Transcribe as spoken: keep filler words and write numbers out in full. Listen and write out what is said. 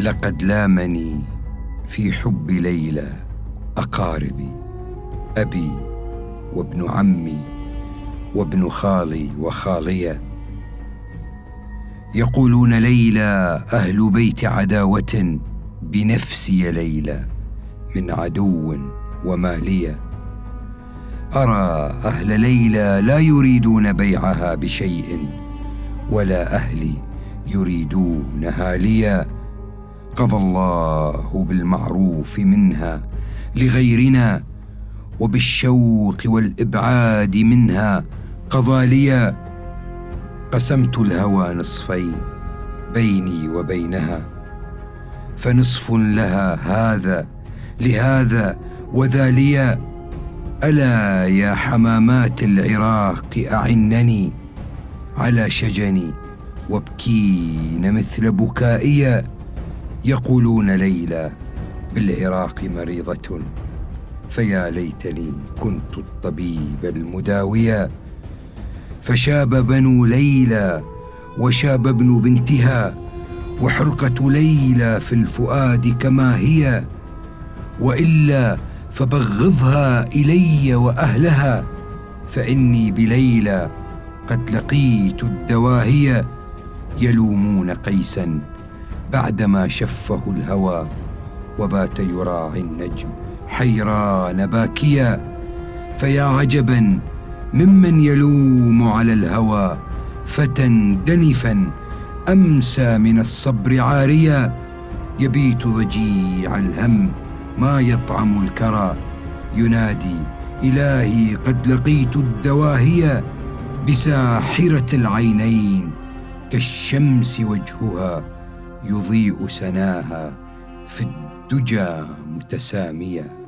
لقد لامني في حب ليلى أقاربي، أبي وابن عمي وابن خالي وخالية، يقولون ليلى أهل بيت عداوة بنفسي ليلى من عدو ومالية. أرى أهل ليلى لا يريدون بيعها بشيء، ولا أهلي يريدونها ليا. قضى الله بالمعروف منها لغيرنا، وبالشوق والإبعاد منها قضى ليا. قسمت الهوى نصفين بيني وبينها، فنصف لها هذا لهذا وذا ليا. ألا يا حمامات العراق أعنني على شجني وابكين مثل بكائي. يقولون ليلى بالعراق مريضة، فيا ليتني كنت الطبيب المداويا. فشاب بنو ليلى وشاب ابن بنتها، وحرقة ليلى في الفؤاد كما هي. وإلا فبغضها إلي وأهلها، فإني بليلى قد لقيت الدواهي. يلومون قيسا بعدما شفه الهوى، وبات يراعي النجم حيران باكيا. فيا عجبا ممن يلوم على الهوى، فتى دنفا أمسى من الصبر عاريا. يبيت ضجيع الهم ما يطعم الكرى، ينادي إلهي قد لقيت الدواهي. بساحرة العينين كالشمس وجهها، يضيء سناها في الدجى متساميا.